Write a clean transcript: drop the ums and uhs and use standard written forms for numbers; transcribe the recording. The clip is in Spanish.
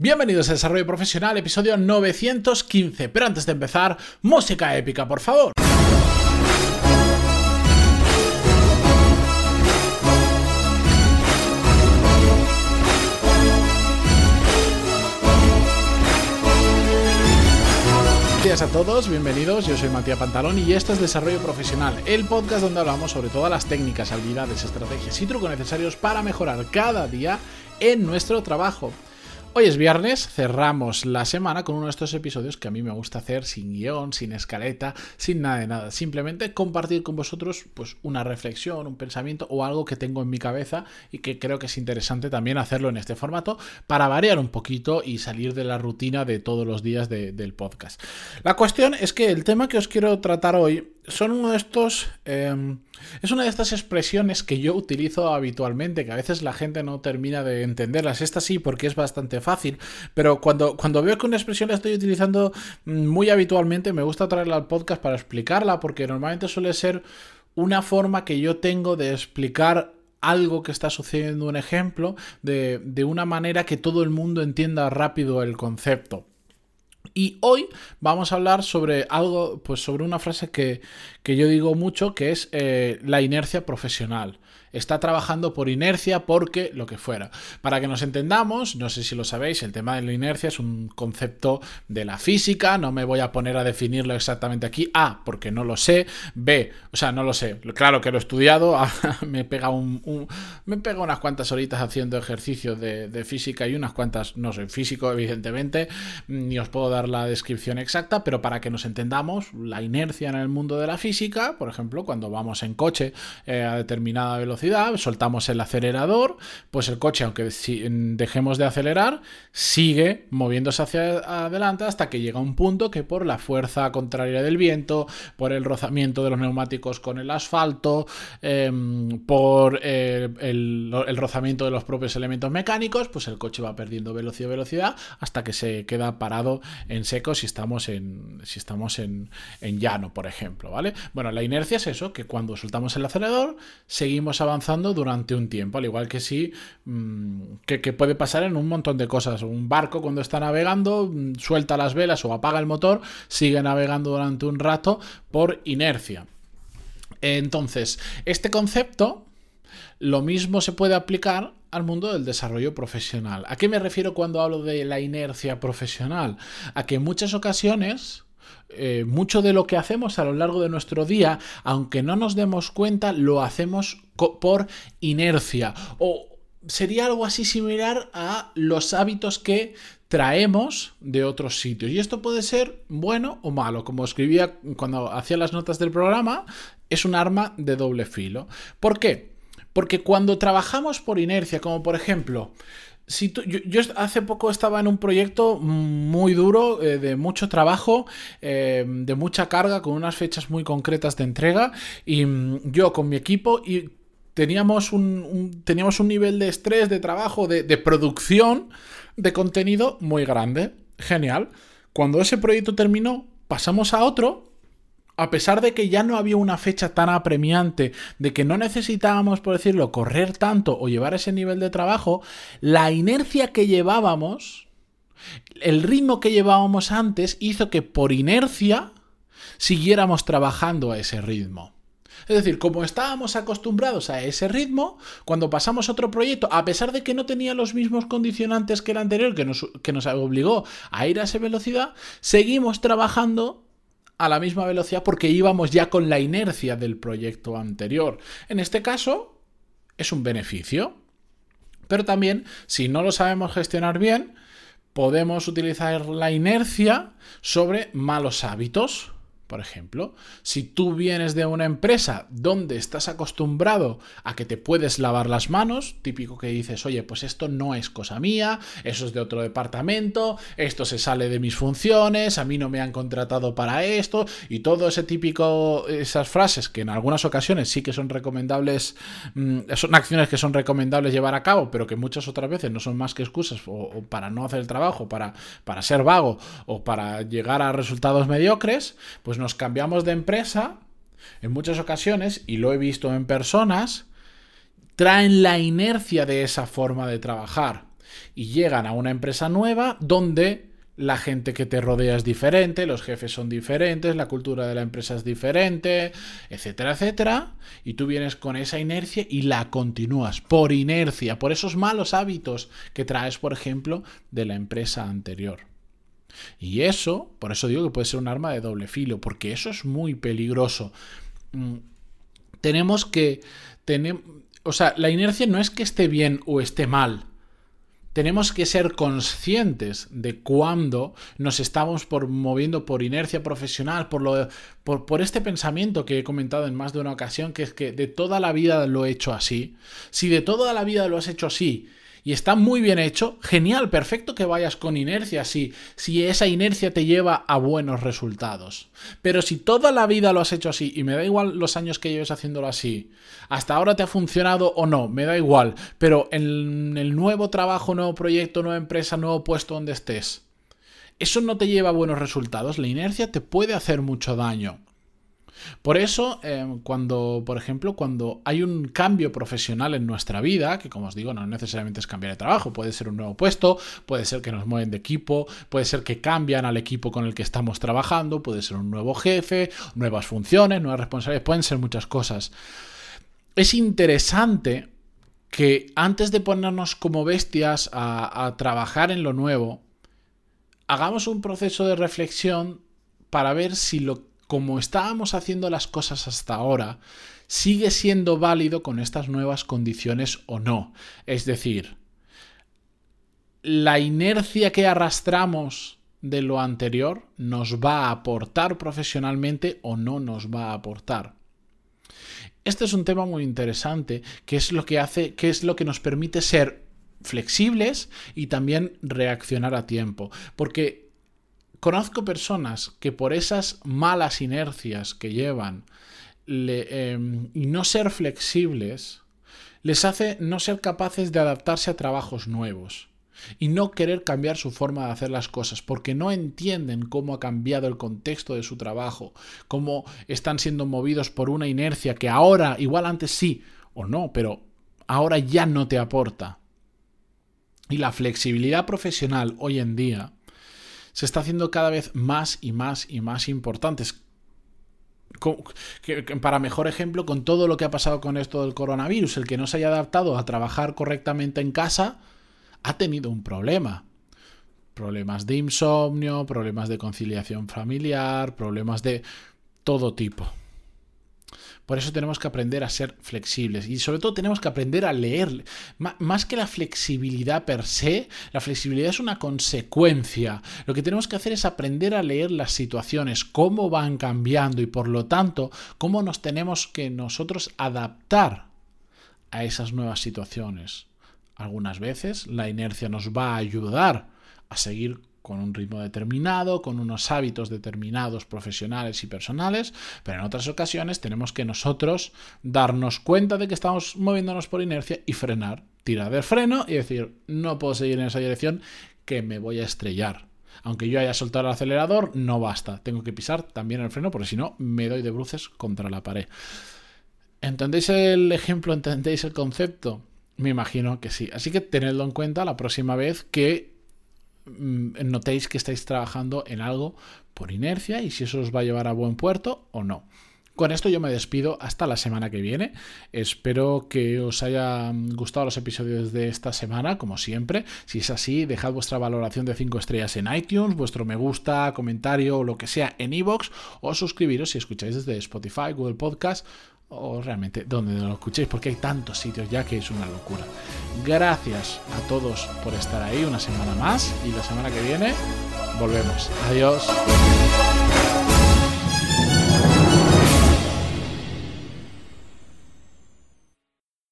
Bienvenidos a Desarrollo Profesional, episodio 915. Pero antes de empezar, música épica, por favor. Buenos días a todos, bienvenidos, yo soy Matías Pantalón y esto es Desarrollo Profesional, el podcast donde hablamos sobre todas las técnicas, habilidades, estrategias y trucos necesarios para mejorar cada día en nuestro trabajo. Hoy es viernes, cerramos la semana con uno de estos episodios que a mí me gusta hacer sin guión, sin escaleta, sin nada de nada. Simplemente compartir con vosotros pues una reflexión, un pensamiento o algo que tengo en mi cabeza y que creo que es interesante también hacerlo en este formato para variar un poquito y salir de la rutina de todos los días del podcast. La cuestión es que el tema que os quiero tratar hoy son uno de estos... es una de estas expresiones que yo utilizo habitualmente, que a veces la gente no termina de entenderlas. Esta sí, porque es bastante fácil, pero cuando veo que una expresión la estoy utilizando muy habitualmente, me gusta traerla al podcast para explicarla, porque normalmente suele ser una forma que yo tengo de explicar algo que está sucediendo, un ejemplo, de una manera que todo el mundo entienda rápido el concepto. Y hoy vamos a hablar sobre algo, pues sobre una frase que yo digo mucho, que es la inercia profesional. Está trabajando por inercia porque lo que fuera. Para que nos entendamos, no sé si lo sabéis, el tema de la inercia es un concepto de la física, no me voy a poner a definirlo exactamente aquí. A, porque no lo sé. B, o sea, no lo sé. Claro que lo he estudiado, me pega unas cuantas horitas haciendo ejercicios de física y unas cuantas, no soy físico evidentemente, ni os puedo dar la descripción exacta, pero para que nos entendamos, la inercia en el mundo de la física, por ejemplo, cuando vamos en coche a determinada velocidad, soltamos el acelerador, pues el coche, aunque dejemos de acelerar, sigue moviéndose hacia adelante hasta que llega a un punto que por la fuerza contraria del viento, por el rozamiento de los neumáticos con el asfalto, por el rozamiento de los propios elementos mecánicos, pues el coche va perdiendo velocidad hasta que se queda parado en seco si estamos en llano, por ejemplo, ¿vale? Bueno, la inercia es eso, que cuando soltamos el acelerador seguimos avanzando durante un tiempo, al igual que que puede pasar en un montón de cosas. Un barco cuando está navegando suelta las velas o apaga el motor, sigue navegando durante un rato por inercia. Entonces, este concepto lo mismo se puede aplicar al mundo del desarrollo profesional. ¿A qué me refiero cuando hablo de la inercia profesional? A que en muchas ocasiones mucho de lo que hacemos a lo largo de nuestro día, aunque no nos demos cuenta, lo hacemos por inercia. O sería algo así similar a los hábitos que traemos de otros sitios. Y esto puede ser bueno o malo. Como escribía cuando hacía las notas del programa, es un arma de doble filo. ¿Por qué? Porque cuando trabajamos por inercia, como por ejemplo... Yo hace poco estaba en un proyecto muy duro, de mucho trabajo, de mucha carga, con unas fechas muy concretas de entrega, y yo con mi equipo teníamos un nivel de estrés, de trabajo, de producción de contenido muy grande. Genial. Cuando ese proyecto terminó, pasamos a otro. A pesar de que ya no había una fecha tan apremiante, de que no necesitábamos, por decirlo, correr tanto o llevar ese nivel de trabajo, la inercia que llevábamos, el ritmo que llevábamos antes, hizo que por inercia siguiéramos trabajando a ese ritmo. Es decir, como estábamos acostumbrados a ese ritmo, cuando pasamos a otro proyecto, a pesar de que no tenía los mismos condicionantes que el anterior, que nos obligó a ir a esa velocidad, seguimos trabajando a la misma velocidad porque íbamos ya con la inercia del proyecto anterior. En este caso, es un beneficio. Pero también, si no lo sabemos gestionar bien, podemos utilizar la inercia sobre malos hábitos. Por ejemplo, si tú vienes de una empresa donde estás acostumbrado a que te puedes lavar las manos, típico que dices, oye, pues esto no es cosa mía, eso es de otro departamento, esto se sale de mis funciones, a mí no me han contratado para esto, y todo ese típico, esas frases que en algunas ocasiones sí que son recomendables, son acciones que son recomendables llevar a cabo, pero que muchas otras veces no son más que excusas o para no hacer el trabajo, para ser vago o para llegar a resultados mediocres, pues nos cambiamos de empresa en muchas ocasiones, y lo he visto en personas, traen la inercia de esa forma de trabajar. Y llegan a una empresa nueva donde la gente que te rodea es diferente, los jefes son diferentes, la cultura de la empresa es diferente, etcétera, etcétera. Y tú vienes con esa inercia y la continúas por inercia, por esos malos hábitos que traes, por ejemplo, de la empresa anterior. Y eso, por eso digo que puede ser un arma de doble filo, porque eso es muy peligroso. La inercia no es que esté bien o esté mal. Tenemos que ser conscientes de cuándo nos estamos moviendo por inercia profesional, por este pensamiento que he comentado en más de una ocasión, que es que de toda la vida lo he hecho así. Si de toda la vida lo has hecho así y está muy bien hecho, genial, perfecto que vayas con inercia, si esa inercia te lleva a buenos resultados. Pero si toda la vida lo has hecho así, y me da igual los años que lleves haciéndolo así, hasta ahora te ha funcionado o no, me da igual, pero en el nuevo trabajo, nuevo proyecto, nueva empresa, nuevo puesto donde estés, eso no te lleva a buenos resultados, la inercia te puede hacer mucho daño. Por eso, cuando hay un cambio profesional en nuestra vida, que como os digo, no necesariamente es cambiar de trabajo, puede ser un nuevo puesto, puede ser que nos mueven de equipo, puede ser que cambian al equipo con el que estamos trabajando, puede ser un nuevo jefe, nuevas funciones, nuevas responsabilidades, pueden ser muchas cosas. Es interesante que antes de ponernos como bestias a trabajar en lo nuevo, hagamos un proceso de reflexión para ver si como estábamos haciendo las cosas hasta ahora, sigue siendo válido con estas nuevas condiciones o no. Es decir, la inercia que arrastramos de lo anterior nos va a aportar profesionalmente o no nos va a aportar. Este es un tema muy interesante, que es lo que nos permite ser flexibles y también reaccionar a tiempo. Porque conozco personas que por esas malas inercias que llevan y no ser flexibles, les hace no ser capaces de adaptarse a trabajos nuevos y no querer cambiar su forma de hacer las cosas porque no entienden cómo ha cambiado el contexto de su trabajo, cómo están siendo movidos por una inercia que ahora, igual antes sí o no, pero ahora ya no te aporta. Y la flexibilidad profesional hoy en día se está haciendo cada vez más y más y más importantes. Para mejor ejemplo, con todo lo que ha pasado con esto del coronavirus, el que no se haya adaptado a trabajar correctamente en casa ha tenido un problema. Problemas de insomnio, problemas de conciliación familiar, problemas de todo tipo. Por eso tenemos que aprender a ser flexibles y sobre todo tenemos que aprender a leer. Más que la flexibilidad per se, la flexibilidad es una consecuencia. Lo que tenemos que hacer es aprender a leer las situaciones, cómo van cambiando y por lo tanto, cómo nos tenemos que nosotros adaptar a esas nuevas situaciones. Algunas veces la inercia nos va a ayudar a seguir con un ritmo determinado, con unos hábitos determinados profesionales y personales, pero en otras ocasiones tenemos que nosotros darnos cuenta de que estamos moviéndonos por inercia y frenar, tirar del freno y decir, no puedo seguir en esa dirección que me voy a estrellar. Aunque yo haya soltado el acelerador, no basta, tengo que pisar también el freno porque si no me doy de bruces contra la pared. ¿Entendéis el ejemplo? ¿Entendéis el concepto? Me imagino que sí. Así que tenedlo en cuenta la próxima vez que notéis que estáis trabajando en algo por inercia y si eso os va a llevar a buen puerto o no. Con esto yo me despido hasta la semana que viene. Espero que os hayan gustado los episodios de esta semana, como siempre. Si es así, dejad vuestra valoración de 5 estrellas en iTunes, vuestro me gusta, comentario o lo que sea en iVoox, o suscribiros si escucháis desde Spotify, Google Podcast o realmente donde lo escuchéis, porque hay tantos sitios ya que es una locura. Gracias a todos por estar ahí una semana más y la semana que viene volvemos. Adiós.